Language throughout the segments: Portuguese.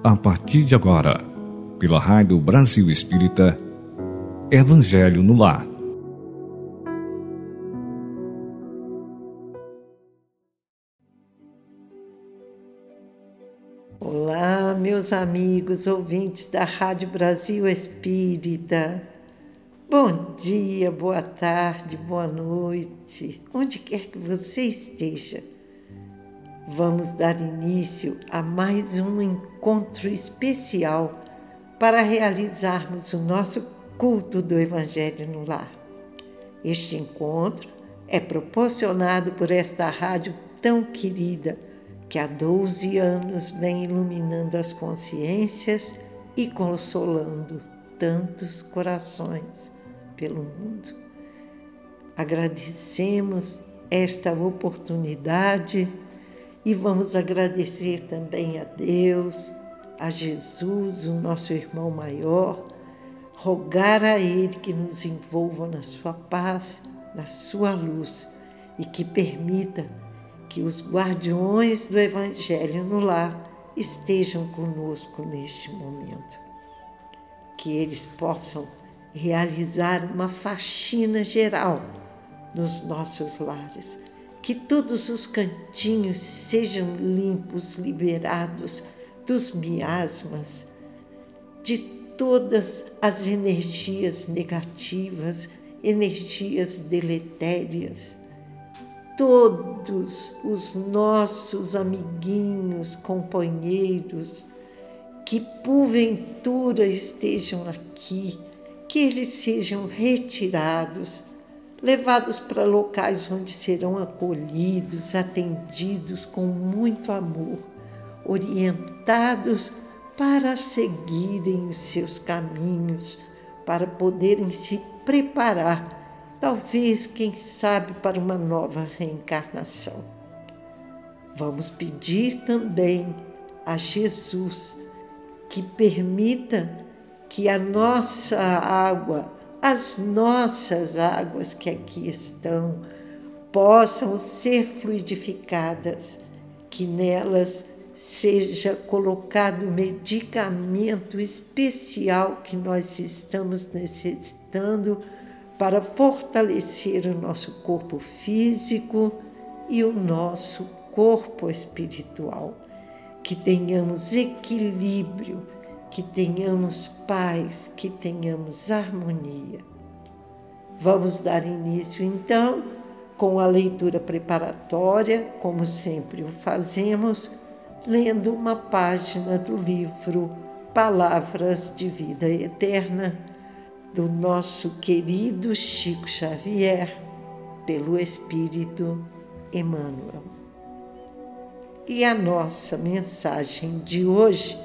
A partir de agora, pela Rádio Brasil Espírita, Evangelho no Lar. Olá, meus amigos ouvintes da Rádio Brasil Espírita. Bom dia, boa tarde, boa noite, onde quer que você esteja. Vamos dar início a mais um encontro especial para realizarmos o nosso culto do Evangelho no Lar. Este encontro é proporcionado por esta rádio tão querida, que há 12 anos vem iluminando as consciências e consolando tantos corações pelo mundo. Agradecemos esta oportunidade e vamos agradecer também a Deus, a Jesus, o nosso irmão maior, rogar a Ele que nos envolva na sua paz, na sua luz e que permita que os guardiões do Evangelho no Lar estejam conosco neste momento. Que eles possam realizar uma faxina geral nos nossos lares, que todos os cantinhos sejam limpos, liberados dos miasmas, de todas as energias negativas, energias deletérias. Todos os nossos amiguinhos, companheiros, que porventura estejam aqui, que eles sejam retirados, levados para locais onde serão acolhidos, atendidos com muito amor, orientados para seguirem os seus caminhos, para poderem se preparar, talvez, quem sabe, para uma nova reencarnação. Vamos pedir também a Jesus que permita que a nossa água, as nossas águas que aqui estão, possam ser fluidificadas, que nelas seja colocado medicamento especial que nós estamos necessitando para fortalecer o nosso corpo físico e o nosso corpo espiritual. Que tenhamos equilíbrio, que tenhamos paz, que tenhamos harmonia. Vamos dar início, então, com a leitura preparatória, como sempre o fazemos, lendo uma página do livro Palavras de Vida Eterna, do nosso querido Chico Xavier, pelo Espírito Emmanuel. E a nossa mensagem de hoje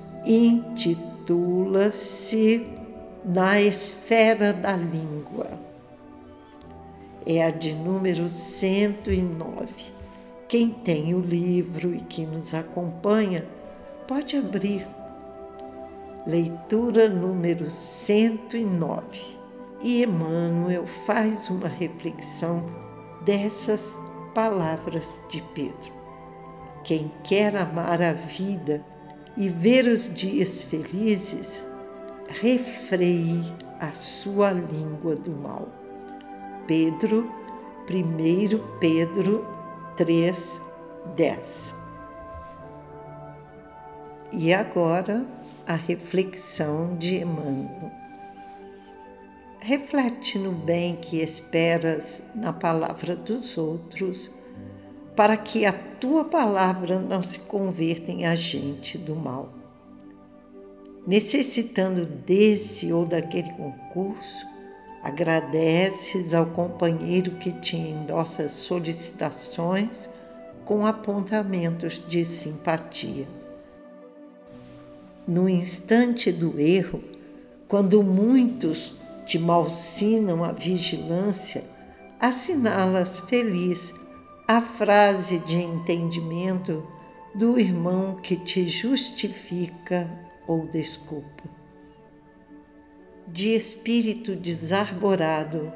intitula-se Na Esfera da Língua. É a de número 109. Quem tem o livro e que nos acompanha, pode abrir. Leitura número 109. E Emmanuel faz uma reflexão dessas palavras de Pedro. Quem quer amar a vida e ver os dias felizes, refreie a sua língua do mal. 1 Pedro 3:10. E agora a reflexão de Emmanuel. Reflete no bem que esperas na palavra dos outros, para que a tua palavra não se converta em agente do mal. Necessitando desse ou daquele concurso, agradeces ao companheiro que te endossa as solicitações com apontamentos de simpatia. No instante do erro, quando muitos te malsinam a vigilância, assinalas feliz a frase de entendimento do irmão que te justifica ou desculpa. De espírito desarvorado,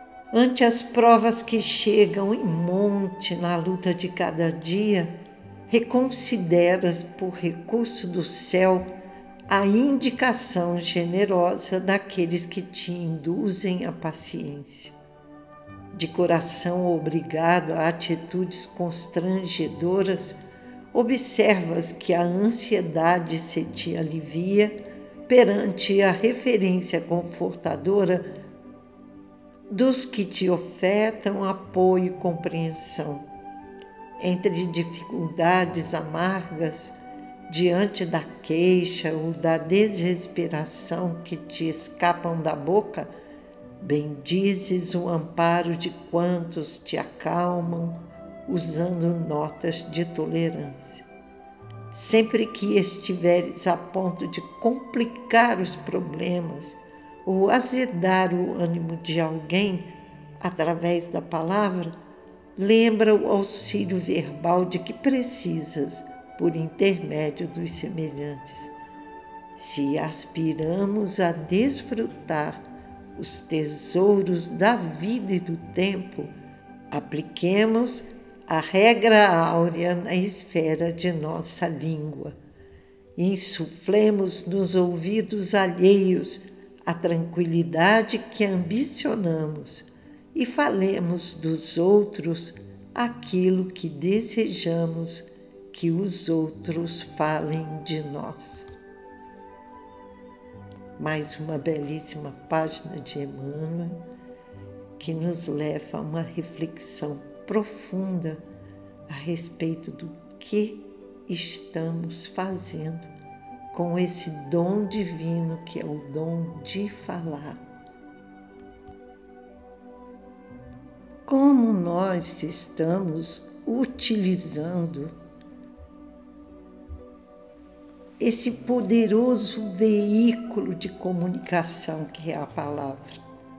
ante as provas que chegam em monte na luta de cada dia, reconsideras por recurso do céu a indicação generosa daqueles que te induzem à paciência. De coração obrigado a atitudes constrangedoras, observas que a ansiedade se te alivia perante a referência confortadora dos que te ofertam apoio e compreensão. Entre dificuldades amargas, diante da queixa ou da desesperação que te escapam da boca, bendizes o amparo de quantos te acalmam, usando notas de tolerância. Sempre que estiveres a ponto de complicar os problemas ou azedar o ânimo de alguém através da palavra, lembra o auxílio verbal de que precisas por intermédio dos semelhantes. Se aspiramos a desfrutar os tesouros da vida e do tempo, apliquemos a regra áurea na esfera de nossa língua. Insuflemos nos ouvidos alheios a tranquilidade que ambicionamos e falemos dos outros aquilo que desejamos que os outros falem de nós. Mais uma belíssima página de Emmanuel que nos leva a uma reflexão profunda a respeito do que estamos fazendo com esse dom divino que é o dom de falar. Como nós estamos utilizando esse poderoso veículo de comunicação que é a palavra.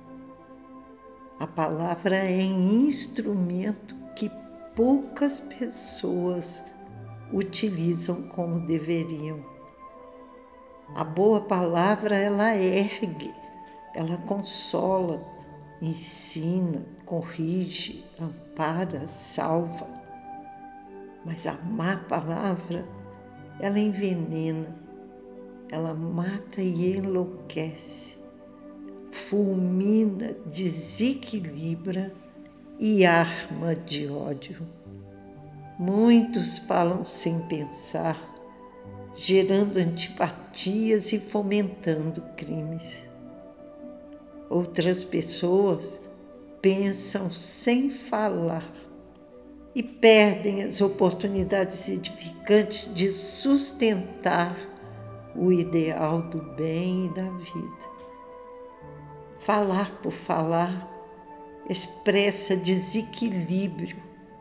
A palavra é instrumento que poucas pessoas utilizam como deveriam. A boa palavra, ela ergue, ela consola, ensina, corrige, ampara, salva. Mas a má palavra, ela envenena, ela mata e enlouquece, fulmina, desequilibra e arma de ódio. Muitos falam sem pensar, gerando antipatias e fomentando crimes. Outras pessoas pensam sem falar e perdem as oportunidades edificantes de sustentar o ideal do bem e da vida. Falar por falar expressa desequilíbrio.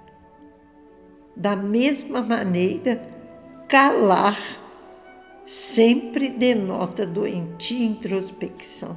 Da mesma maneira, calar sempre denota doentia introspecção.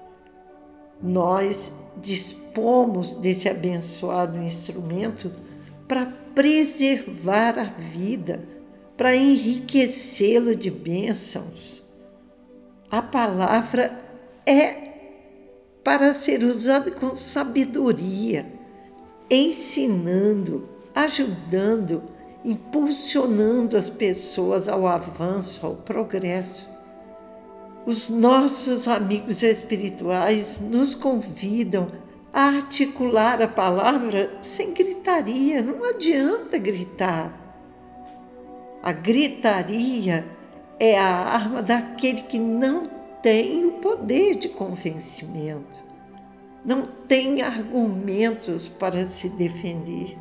Nós dispomos desse abençoado instrumento para preservar a vida, para enriquecê-la de bênçãos. A palavra é para ser usada com sabedoria, ensinando, ajudando, impulsionando as pessoas ao avanço, ao progresso. Os nossos amigos espirituais nos convidam a articular a palavra sem gritaria. Não adianta gritar. A gritaria é a arma daquele que não tem o poder de convencimento, não tem argumentos para se defender.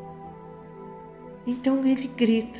Então ele grita.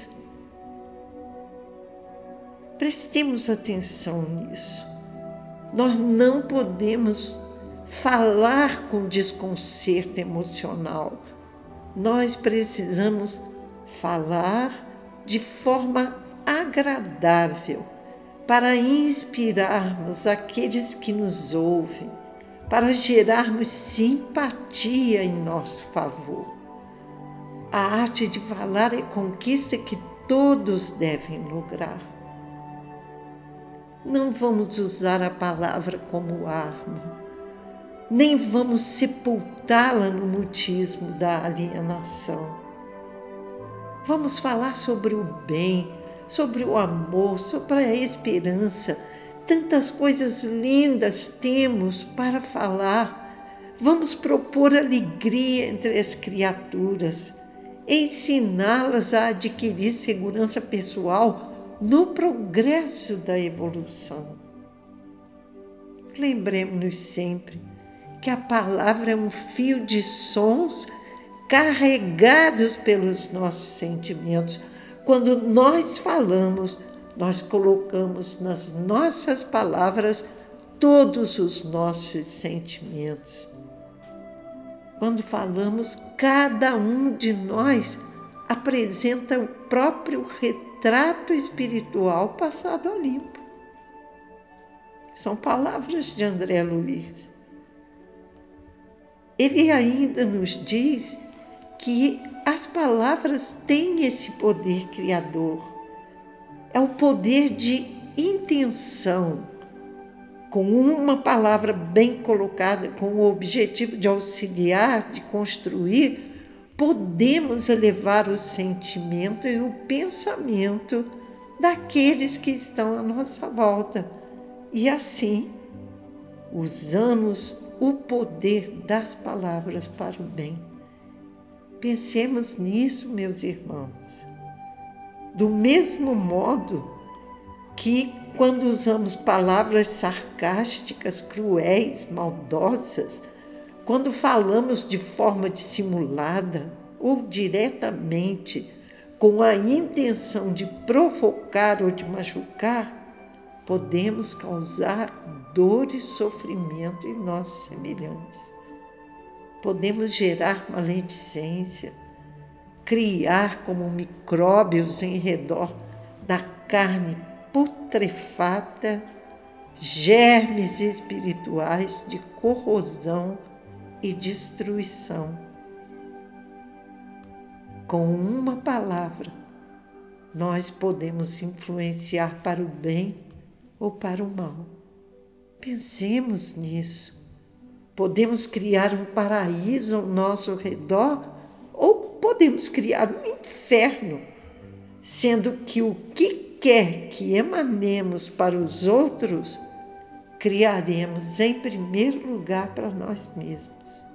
Prestemos atenção nisso. Nós não podemos falar com desconcerto emocional. Nós precisamos falar de forma agradável para inspirarmos aqueles que nos ouvem, para gerarmos simpatia em nosso favor. A arte de falar é conquista que todos devem lograr. Não vamos usar a palavra como arma, nem vamos sepultá-la no mutismo da alienação. Vamos falar sobre o bem, sobre o amor, sobre a esperança. Tantas coisas lindas temos para falar. Vamos propor alegria entre as criaturas, ensiná-las a adquirir segurança pessoal no progresso da evolução. Lembremos-nos sempre que a palavra é um fio de sons carregados pelos nossos sentimentos. Quando nós falamos, nós colocamos nas nossas palavras todos os nossos sentimentos. Quando falamos, cada um de nós apresenta o próprio retrato espiritual passado a limpo. São palavras de André Luiz. Ele ainda nos diz que as palavras têm esse poder criador. É o poder de intenção. Com uma palavra bem colocada, com o objetivo de auxiliar, de construir, podemos elevar o sentimento e o pensamento daqueles que estão à nossa volta. E assim, usamos o poder das palavras para o bem. Pensemos nisso, meus irmãos. Do mesmo modo que quando usamos palavras sarcásticas, cruéis, maldosas, quando falamos de forma dissimulada ou diretamente, com a intenção de provocar ou de machucar, podemos causar dor e sofrimento em nossos semelhantes. Podemos gerar maledicência, criar como micróbios em redor da carne putrefata germes espirituais de corrosão e destruição. Com uma palavra, nós podemos influenciar para o bem ou para o mal. Pensemos nisso. Podemos criar um paraíso ao nosso redor ou podemos criar um inferno, sendo que o que quer que emanemos para os outros, criaremos em primeiro lugar para nós mesmos.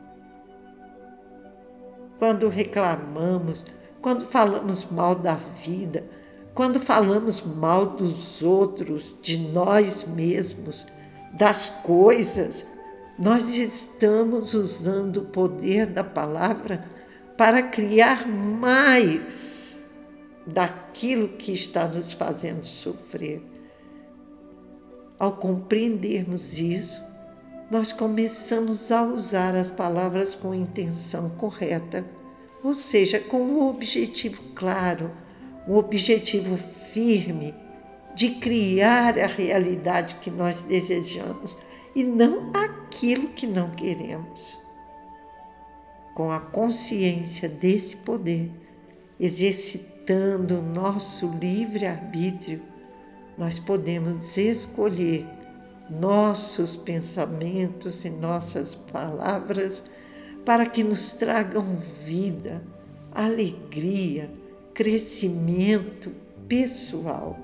Quando reclamamos, quando falamos mal da vida, quando falamos mal dos outros, de nós mesmos, das coisas, nós estamos usando o poder da palavra para criar mais daquilo que está nos fazendo sofrer. Ao compreendermos isso, nós começamos a usar as palavras com intenção correta, ou seja, com um objetivo claro, um objetivo firme de criar a realidade que nós desejamos e não aquilo que não queremos. Com a consciência desse poder, exercitando o nosso livre-arbítrio, nós podemos escolher nossos pensamentos e nossas palavras para que nos tragam vida, alegria, crescimento pessoal.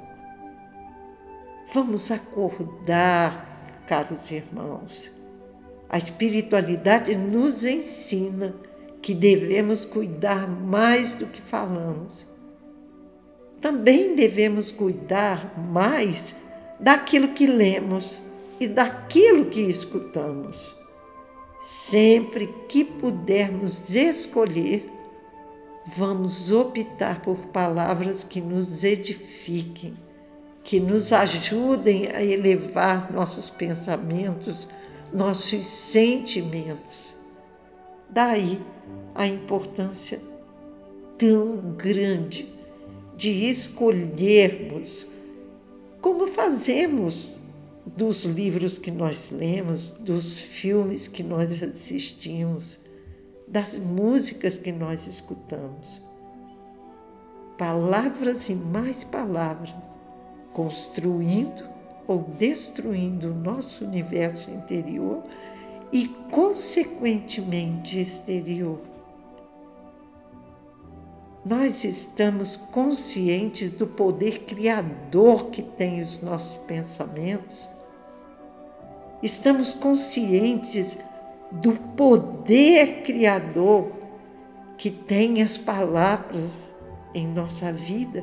Vamos acordar, caros irmãos. A espiritualidade nos ensina que devemos cuidar mais do que falamos. Também devemos cuidar mais daquilo que lemos e daquilo que escutamos. Sempre que pudermos escolher, vamos optar por palavras que nos edifiquem, que nos ajudem a elevar nossos pensamentos, nossos sentimentos. Daí a importância tão grande de escolhermos, como fazemos dos livros que nós lemos, dos filmes que nós assistimos, das músicas que nós escutamos. Palavras e mais palavras, construindo ou destruindo o nosso universo interior e, consequentemente, exterior. nós estamos conscientes do poder criador que tem os nossos pensamentos? Estamos conscientes do poder criador que tem as palavras em nossa vida?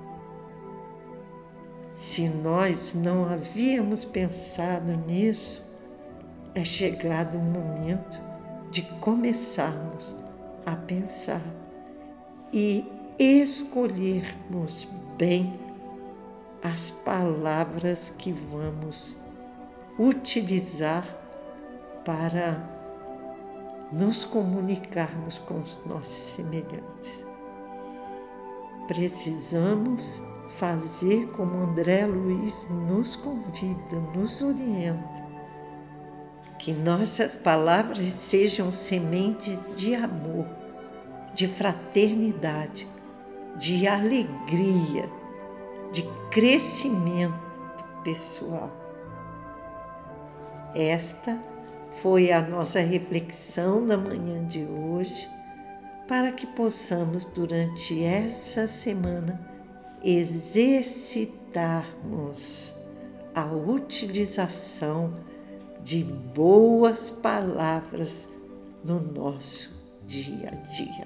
Se nós não havíamos pensado nisso, é chegado o momento de começarmos a pensar e escolhermos bem as palavras que vamos utilizar para nos comunicarmos com os nossos semelhantes. Precisamos fazer como André Luiz nos convida, nos orienta, que nossas palavras sejam sementes de amor, de fraternidade, de alegria, de crescimento pessoal. Esta foi a nossa reflexão da manhã de hoje, para que possamos, durante essa semana, exercitarmos a utilização de boas palavras no nosso dia a dia.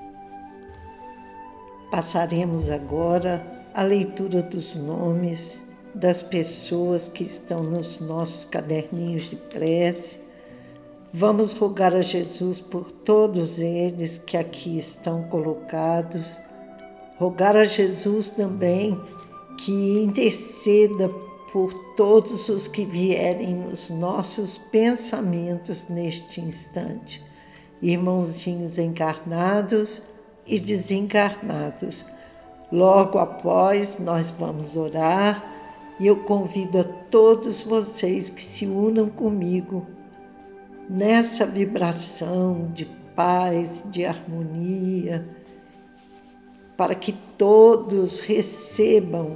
Passaremos agora a leitura dos nomes das pessoas que estão nos nossos caderninhos de prece. Vamos rogar a Jesus por todos eles que aqui estão colocados. Rogar a Jesus também que interceda por todos os que vierem nos nossos pensamentos neste instante, irmãozinhos encarnados e desencarnados. Logo após nós vamos orar e eu convido a todos vocês que se unam comigo nessa vibração de paz, de harmonia, para que todos recebam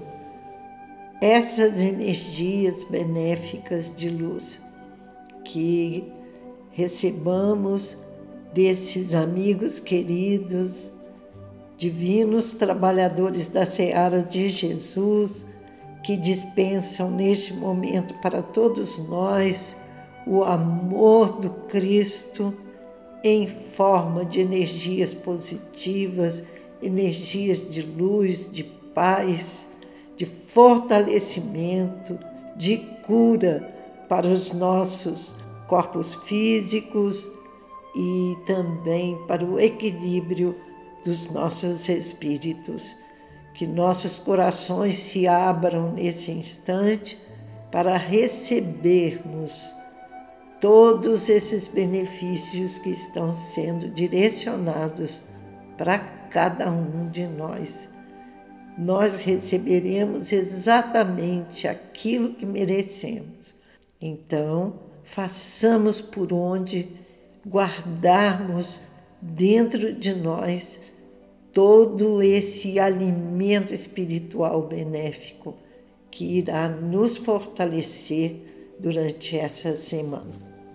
essas energias benéficas de luz, que recebamos desses amigos queridos, divinos trabalhadores da seara de Jesus, que dispensam neste momento para todos nós o amor do Cristo em forma de energias positivas, energias de luz, de paz, de fortalecimento, de cura para os nossos corpos físicos e também para o equilíbrio dos nossos espíritos. Que nossos corações se abram nesse instante para recebermos todos esses benefícios que estão sendo direcionados para cada um de nós. Nós receberemos exatamente aquilo que merecemos. Então, façamos por onde guardarmos dentro de nós todo esse alimento espiritual benéfico que irá nos fortalecer durante essa semana.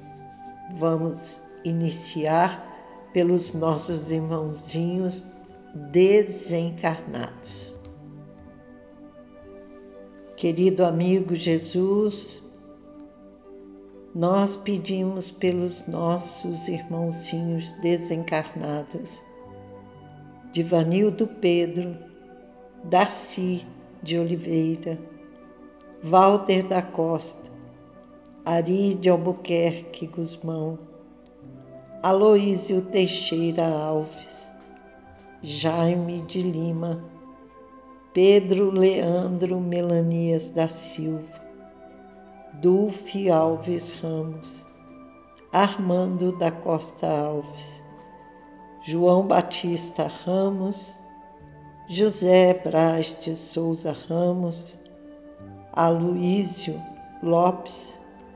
Vamos iniciar pelos nossos irmãozinhos desencarnados. Querido amigo Jesus, nós pedimos pelos nossos irmãozinhos desencarnados, Divanildo Pedro, Darcy de Oliveira, Walter da Costa, Ari de Albuquerque Guzmão, Aloísio Teixeira Alves, Jaime de Lima, Pedro Leandro Melanias da Silva, Dulce Alves Ramos, Armando da Costa Alves, João Batista Ramos, José Braz de Souza Ramos, Aloísio Lopes,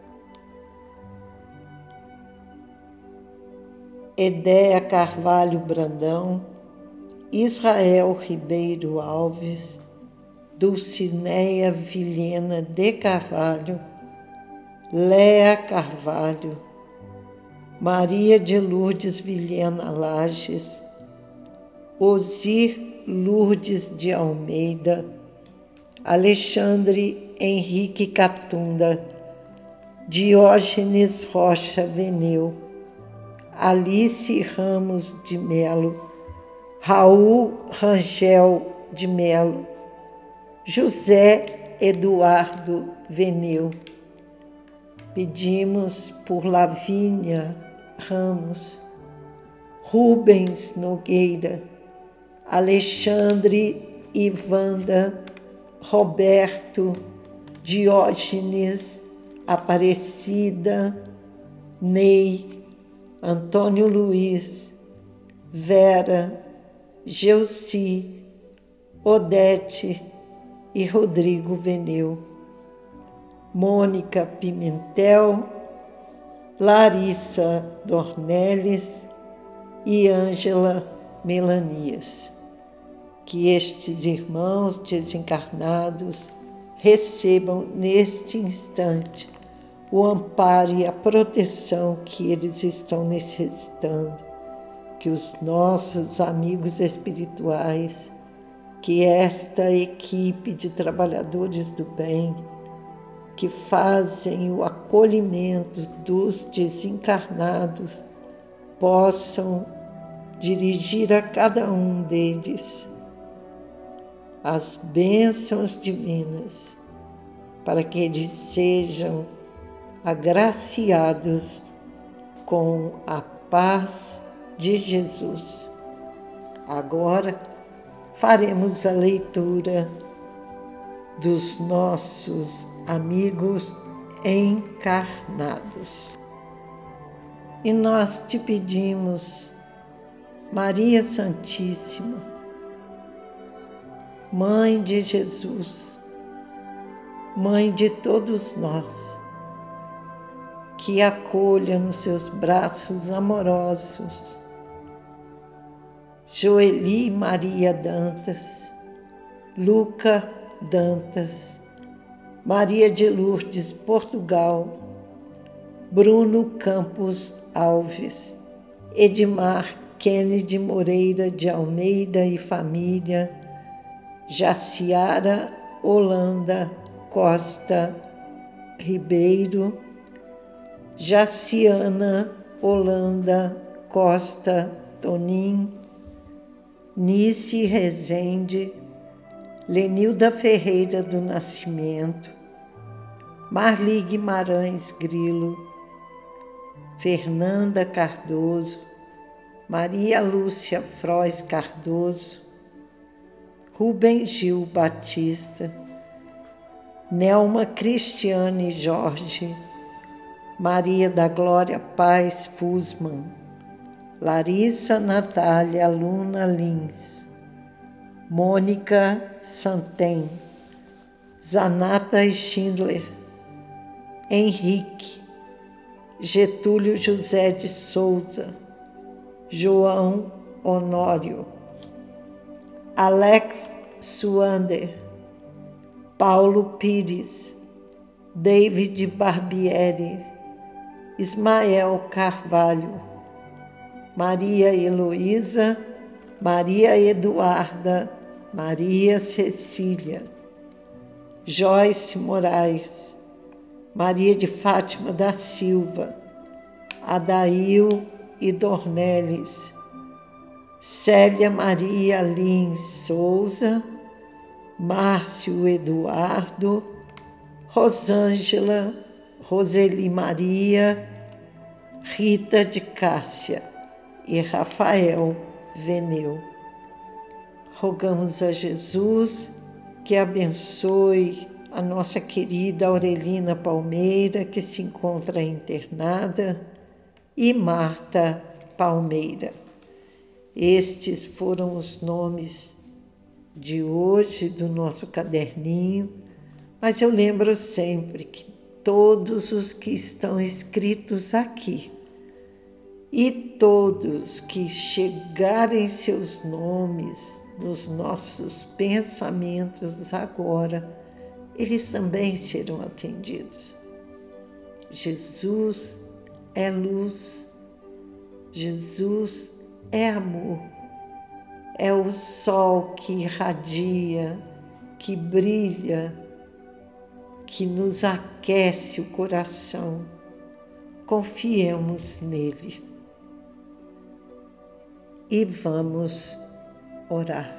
Edéia Carvalho Brandão, Israel Ribeiro Alves, Dulcineia Vilhena de Carvalho, Léa Carvalho, Maria de Lourdes Vilhena Lages, Osir Lourdes de Almeida, Alexandre Henrique Catunda, Diógenes Rocha Veneu, Alice Ramos de Melo, Raul Rangel de Melo, José Eduardo Veneu. Pedimos por Lavínia Ramos, Rubens Nogueira, Alexandre e Wanda, Roberto, Diógenes, Aparecida, Ney, Antônio Luiz, Vera, Geuci, Odete e Rodrigo Veneu, Mônica Pimentel, Larissa Dornelles e Ângela Melanias. Que estes irmãos desencarnados recebam neste instante o amparo e a proteção que eles estão necessitando, que os nossos amigos espirituais, que esta equipe de trabalhadores do bem, que fazem o acolhimento dos desencarnados, possam dirigir a cada um deles as bênçãos divinas, para que eles sejam agraciados com a paz de Jesus. Agora faremos a leitura dos nossos amigos encarnados. E nós te pedimos, Maria Santíssima, Mãe de Jesus, Mãe de todos nós, que acolha nos seus braços amorosos Joeli Maria Dantas, Luca Dantas, Maria de Lourdes Portugal, Bruno Campos Alves, Edmar Kennedy Moreira de Almeida e família, Jaciara Holanda Costa Ribeiro, Jaciana Holanda Costa Tonim, Nice Rezende, Lenilda Ferreira do Nascimento, Marli Guimarães Grilo, Fernanda Cardoso, Maria Lúcia Frois Cardoso, Rubem Gil Batista, Nelma Cristiane Jorge, Maria da Glória Paz Fusman, Larissa Natália Luna Lins, Mônica Santem, Zanata Schindler, Henrique, Getúlio José de Souza, João Honório, Alex Suander, Paulo Pires, David Barbieri, Ismael Carvalho, Maria Heloísa, Maria Eduarda, Maria Cecília, Joyce Moraes, Maria de Fátima da Silva, Adail e Dornelles, Célia Maria Lins Souza, Márcio Eduardo, Rosângela, Roseli Maria, Rita de Cássia e Rafael Veneu. Rogamos a Jesus que abençoe a nossa querida Aurelina Palmeira, que se encontra internada, e Marta Palmeira. Estes foram os nomes de hoje do nosso caderninho, mas eu lembro sempre que todos os que estão escritos aqui e todos que chegarem seus nomes nos nossos pensamentos agora, eles também serão atendidos. Jesus é luz, Jesus é amor, é o sol que irradia, que brilha, que nos aquece o coração. Confiemos nele. E vamos orar.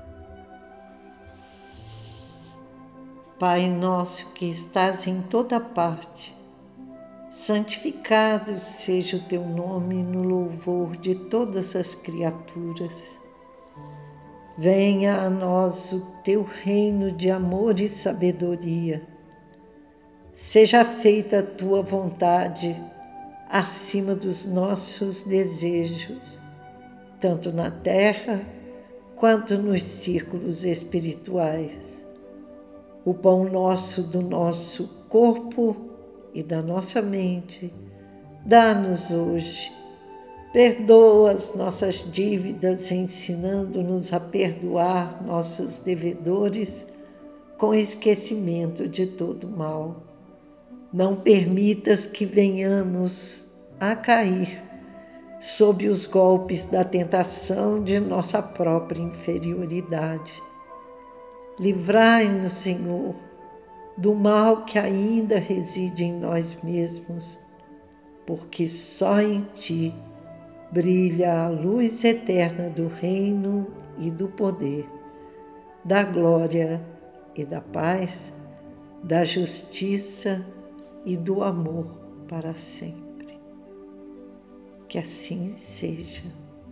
Pai nosso que estás em toda parte, santificado seja o teu nome no louvor de todas as criaturas. Venha a nós o teu reino de amor e sabedoria. Seja feita a tua vontade acima dos nossos desejos, tanto na terra quanto nos círculos espirituais. O pão nosso do nosso corpo e da nossa mente, dá-nos hoje. Perdoa as nossas dívidas, ensinando-nos a perdoar nossos devedores com esquecimento de todo mal. Não permitas que venhamos a cair sob os golpes da tentação de nossa própria inferioridade. Livrai-nos, Senhor, do mal que ainda reside em nós mesmos, porque só em Ti brilha a luz eterna do reino e do poder, da glória e da paz, da justiça e do amor para sempre. Que assim seja.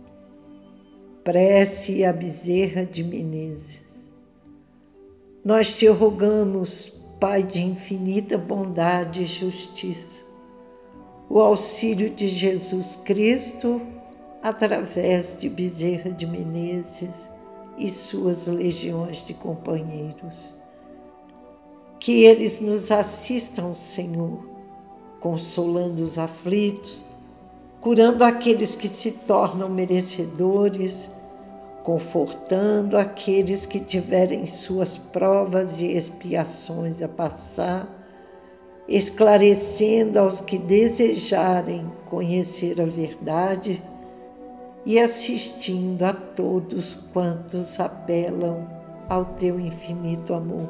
Prece a Bezerra de Menezes. Nós te rogamos, Pai de infinita bondade e justiça, o auxílio de Jesus Cristo através de Bezerra de Menezes e suas legiões de companheiros. Que eles nos assistam, Senhor, consolando os aflitos, curando aqueles que se tornam merecedores, confortando aqueles que tiverem suas provas e expiações a passar, esclarecendo aos que desejarem conhecer a verdade e assistindo a todos quantos apelam ao teu infinito amor.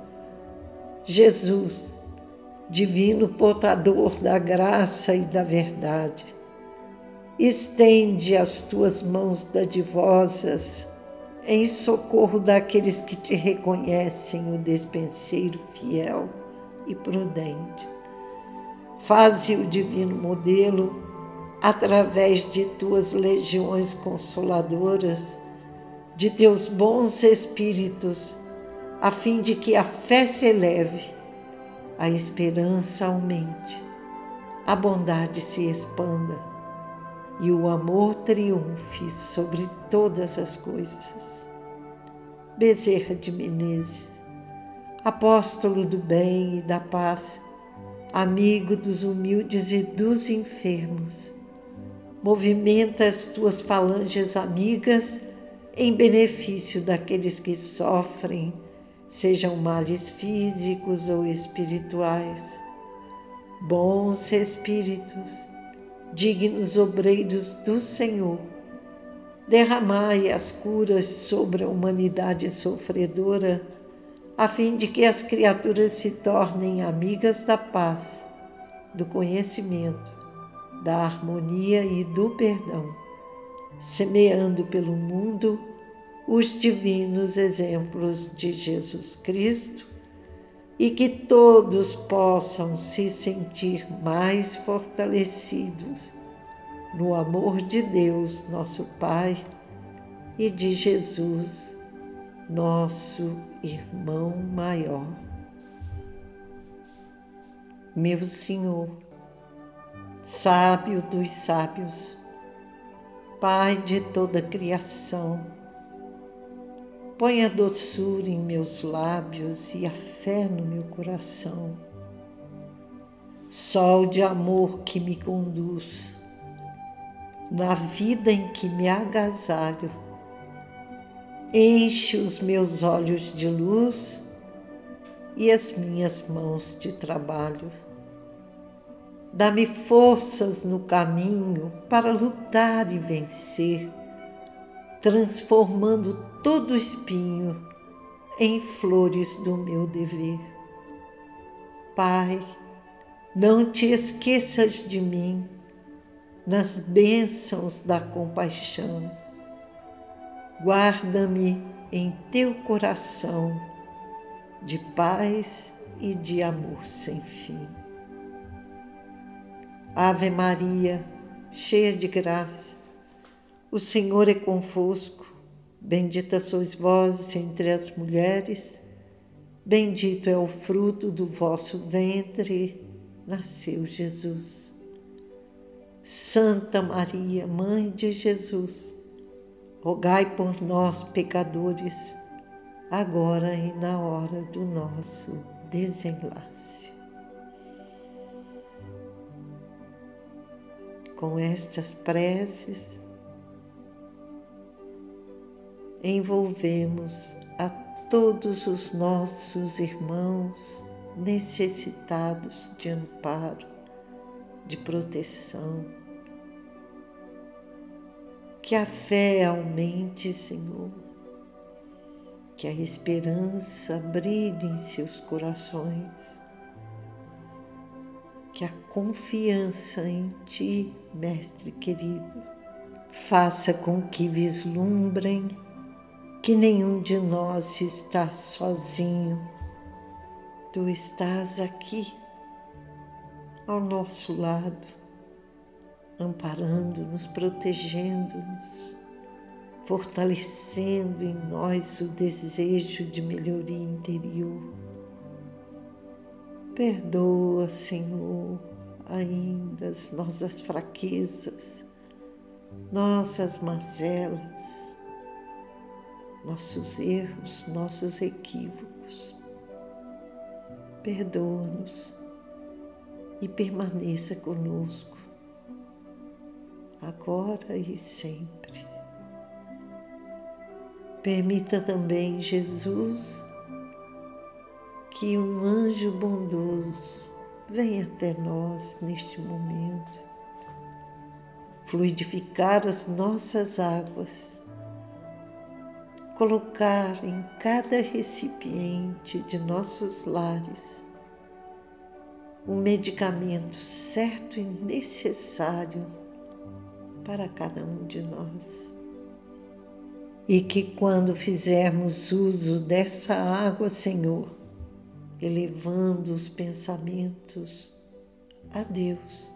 Jesus, divino portador da graça e da verdade, estende as tuas mãos dadivosas em socorro daqueles que te reconhecem o despenseiro fiel e prudente. Faze o divino modelo através de tuas legiões consoladoras, de teus bons espíritos, a fim de que a fé se eleve, a esperança aumente, a bondade se expanda e o amor triunfe sobre todas as coisas. Bezerra de Menezes, apóstolo do bem e da paz, amigo dos humildes e dos enfermos, movimenta as tuas falanges amigas em benefício daqueles que sofrem, sejam males físicos ou espirituais. Bons espíritos, dignos obreiros do Senhor, derramai as curas sobre a humanidade sofredora, a fim de que as criaturas se tornem amigas da paz, do conhecimento, da harmonia e do perdão, semeando pelo mundo os divinos exemplos de Jesus Cristo, e que todos possam se sentir mais fortalecidos no amor de Deus, nosso Pai, e de Jesus, nosso irmão maior. Meu Senhor, sábio dos sábios, Pai de toda a criação, põe a doçura em meus lábios e a fé no meu coração. Sol de amor que me conduz, na vida em que me agasalho, enche os meus olhos de luz e as minhas mãos de trabalho. Dá-me forças no caminho para lutar e vencer, transformando todo espinho em flores do meu dever. Pai, não te esqueças de mim nas bênçãos da compaixão. Guarda-me em teu coração de paz e de amor sem fim. Ave Maria, cheia de graça, o Senhor é convosco. Bendita sois vós entre as mulheres, bendito é o fruto do vosso ventre, nasceu Jesus. Santa Maria, Mãe de Jesus, rogai por nós, pecadores, agora e na hora do nosso desenlace. Com estas preces, envolvemos a todos os nossos irmãos necessitados de amparo, de proteção. Que a fé aumente, Senhor, que a esperança brilhe em seus corações, que a confiança em Ti, Mestre querido, faça com que vislumbrem que nenhum de nós está sozinho. Tu estás aqui, ao nosso lado, amparando-nos, protegendo-nos, fortalecendo em nós o desejo de melhoria interior. Perdoa, Senhor, ainda as nossas fraquezas, nossas mazelas, nossos erros, nossos equívocos. Perdoa-nos e permaneça conosco, agora e sempre. Permita também, Jesus, que um anjo bondoso venha até nós neste momento, fluidificar as nossas águas, colocar em cada recipiente de nossos lares um medicamento certo e necessário para cada um de nós. E que quando fizermos uso dessa água, Senhor, elevando os pensamentos a Deus,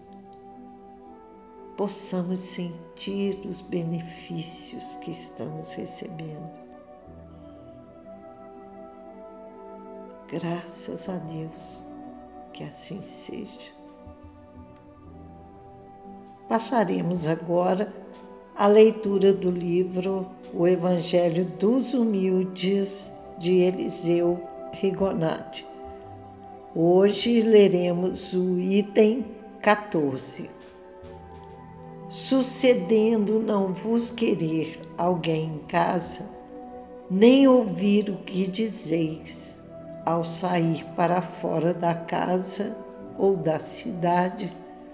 possamos sentir os benefícios que estamos recebendo. Graças a Deus, que assim seja. Passaremos agora à leitura do livro O Evangelho dos Humildes, de Eliseu Rigonati. Hoje leremos o item 14. Sucedendo não vos querer alguém em casa, nem ouvir o que dizeis, ao sair para fora da casa ou da cidade,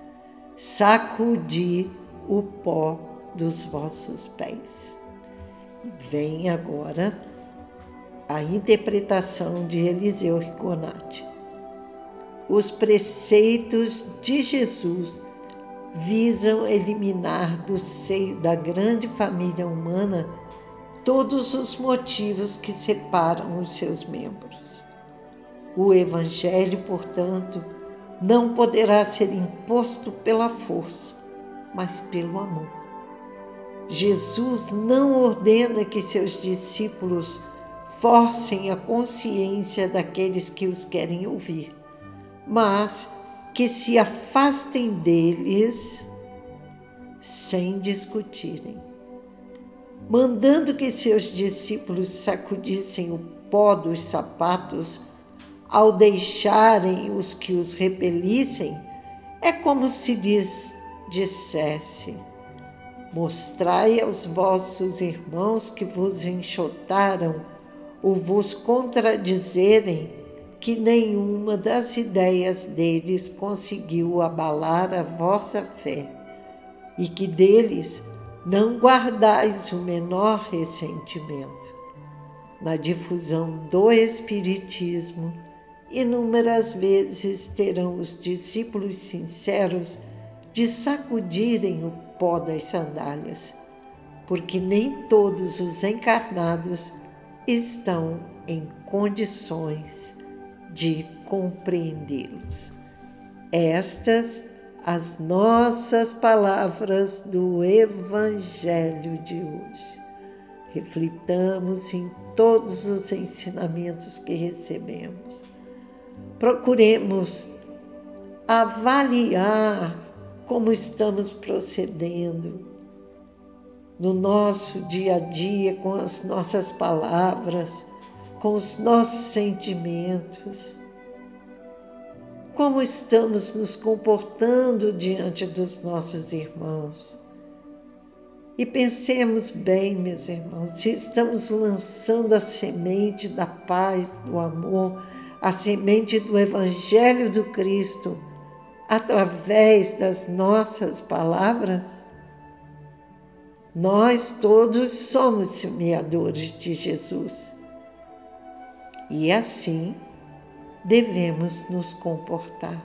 sacudi o pó dos vossos pés. Vem agora a interpretação de Eliseu Rigonati. Os preceitos de Jesus visam eliminar do seio da grande família humana todos os motivos que separam os seus membros. O Evangelho, portanto, não poderá ser imposto pela força, mas pelo amor. Jesus não ordena que seus discípulos forcem a consciência daqueles que os querem ouvir, mas que se afastem deles sem discutirem. Mandando que seus discípulos sacudissem o pó dos sapatos ao deixarem os que os repelissem, é como se lhes dissesse: mostrai aos vossos irmãos que vos enxotaram ou vos contradizerem que nenhuma das ideias deles conseguiu abalar a vossa fé, e que deles não guardais o menor ressentimento. Na difusão do Espiritismo, inúmeras vezes terão os discípulos sinceros de sacudirem o pó das sandálias, porque nem todos os encarnados estão em condições de compreendê-los. Estas as nossas palavras do Evangelho de hoje. Reflitamos em todos os ensinamentos que recebemos. Procuremos avaliar como estamos procedendo no nosso dia a dia, com as nossas palavras, com os nossos sentimentos. Como estamos nos comportando diante dos nossos irmãos. E pensemos bem, meus irmãos, se estamos lançando a semente da paz, do amor, a semente do Evangelho do Cristo, através das nossas palavras. Nós todos somos semeadores de Jesus. E assim devemos nos comportar.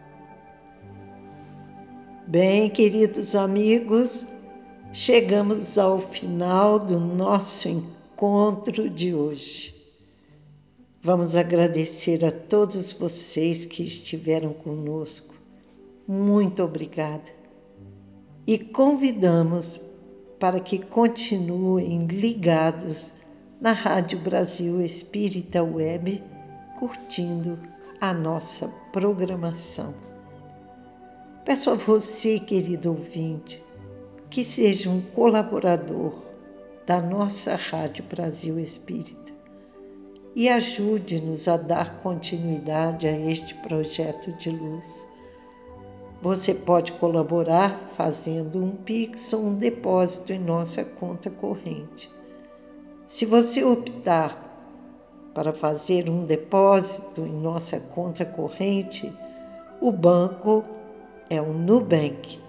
Bem, queridos amigos, chegamos ao final do nosso encontro de hoje. Vamos agradecer a todos vocês que estiveram conosco. Muito obrigada. E convidamos para que continuem ligados na Rádio Brasil Espírita Web, curtindo a nossa programação. Peço a você, querido ouvinte, que seja um colaborador da nossa Rádio Brasil Espírita e ajude-nos a dar continuidade a este projeto de luz. Você pode colaborar fazendo um Pix ou um depósito em nossa conta corrente. Se você optar para fazer um depósito em nossa conta corrente, o banco é o Nubank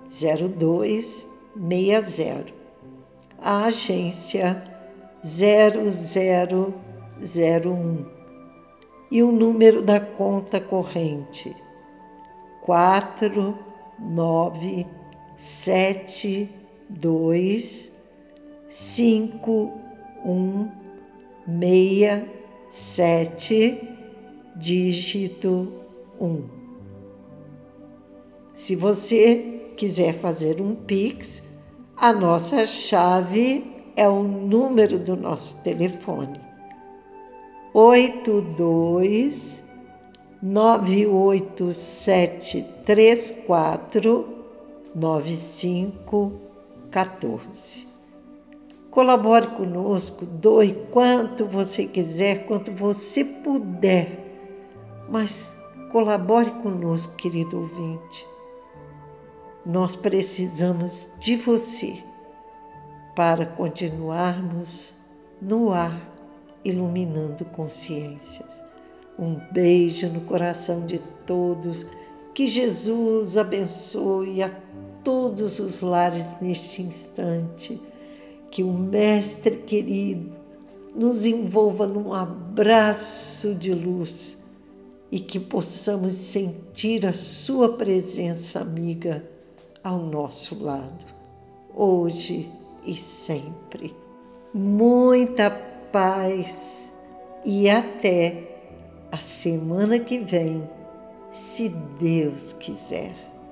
0260, a agência 0001 e o número da conta corrente 49725167, dígito 1. Se você quiser fazer um Pix, a nossa chave é o número do nosso telefone: 82-98734-9514. Colabore conosco, doe quanto você quiser, quanto você puder, mas colabore conosco, querido ouvinte. Nós precisamos de você para continuarmos no ar, iluminando consciências. Um beijo no coração de todos. Que Jesus abençoe a todos os lares neste instante. Que o Mestre querido nos envolva num abraço de luz e que possamos sentir a sua presença amiga ao nosso lado, hoje e sempre. Muita paz e até a semana que vem, se Deus quiser.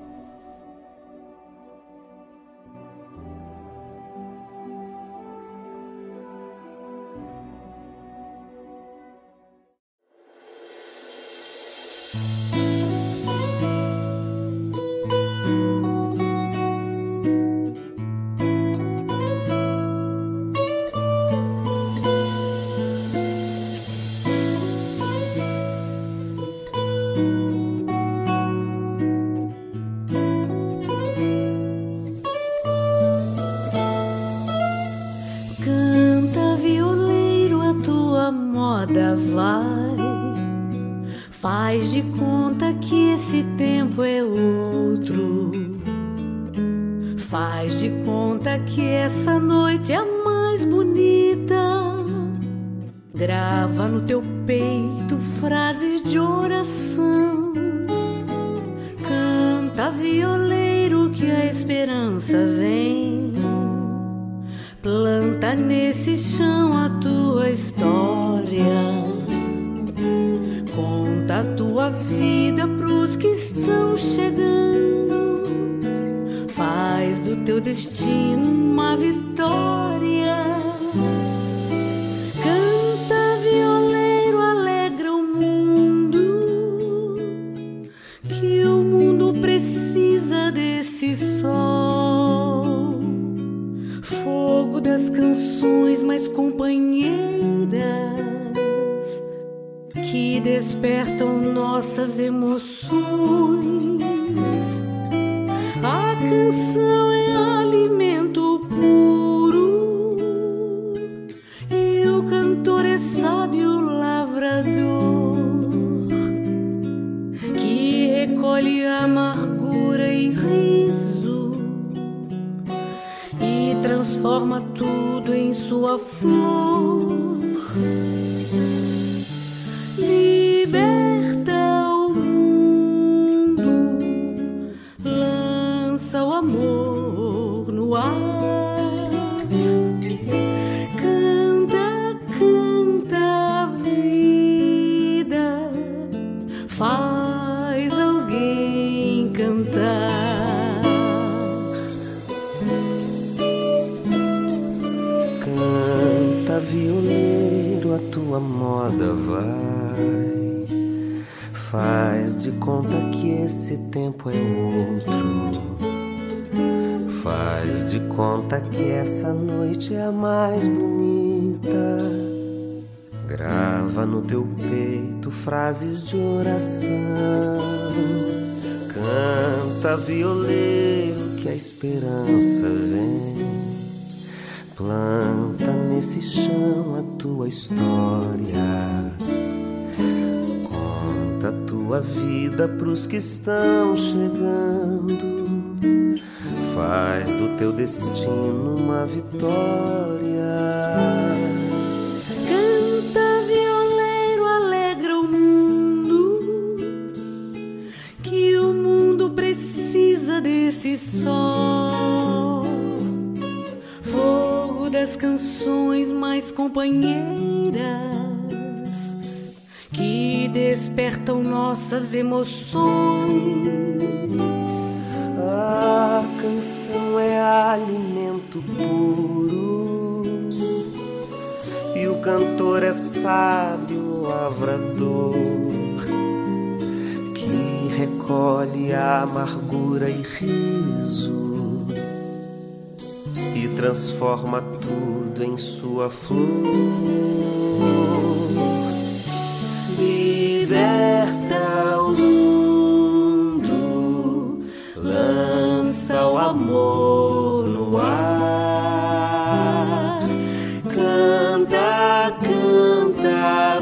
Faz de conta que esse tempo é outro. Faz de conta conta que essa noite é a mais bonita. Grava no teu peito frases de oração. Canta, violeiro, que a esperança vem. Planta nesse chão a tua história. Conta a tua vida pros que estão chegando. Faz do teu destino uma vitória. Canta, violeiro, alegra o mundo, que o mundo precisa desse sol. Fogo das canções mais companheiras, que despertam nossas emoções. A canção é alimento puro e o cantor é sábio lavrador, que recolhe amargura e riso e transforma tudo em sua flor. Liberta o mundo, lança o amor no ar. Canta, canta a vida, faz alguém cantar. Canta, violeiro, a tua moda vai. Faz de conta que esse tempo é outro. Faz de conta que essa noite é a mais bonita. Grava no teu peito frases de oração. Canta, violeiro, que a esperança vem. Planta nesse chão a tua história. Conta a tua vida pros que estão chegando. Faz do teu destino uma vitória. Canta, violeiro, alegra o mundo, que o mundo precisa desse sol. Fogo das canções mais companheiras, que despertam nossas emoções. A canção é alimento puro e o cantor é sábio lavrador, que recolhe a amargura e riso e transforma tudo em sua flor. Liberta o mundo, lança o amor no ar. Canta, canta a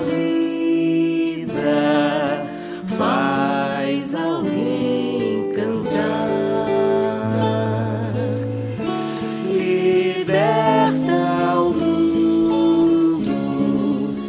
vida, faz alguém cantar. Liberta o mundo,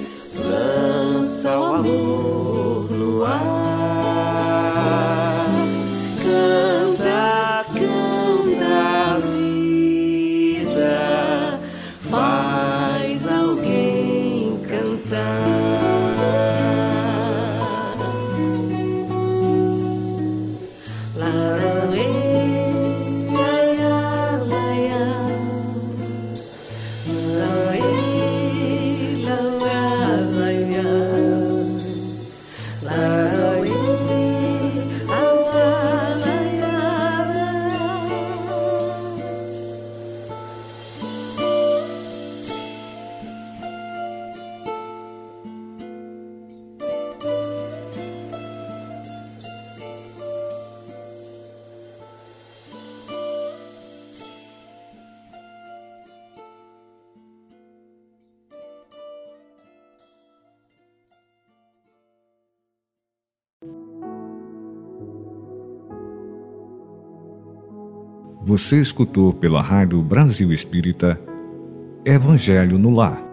Você escutou pela Rádio Brasil Espírita Evangelho no Lar.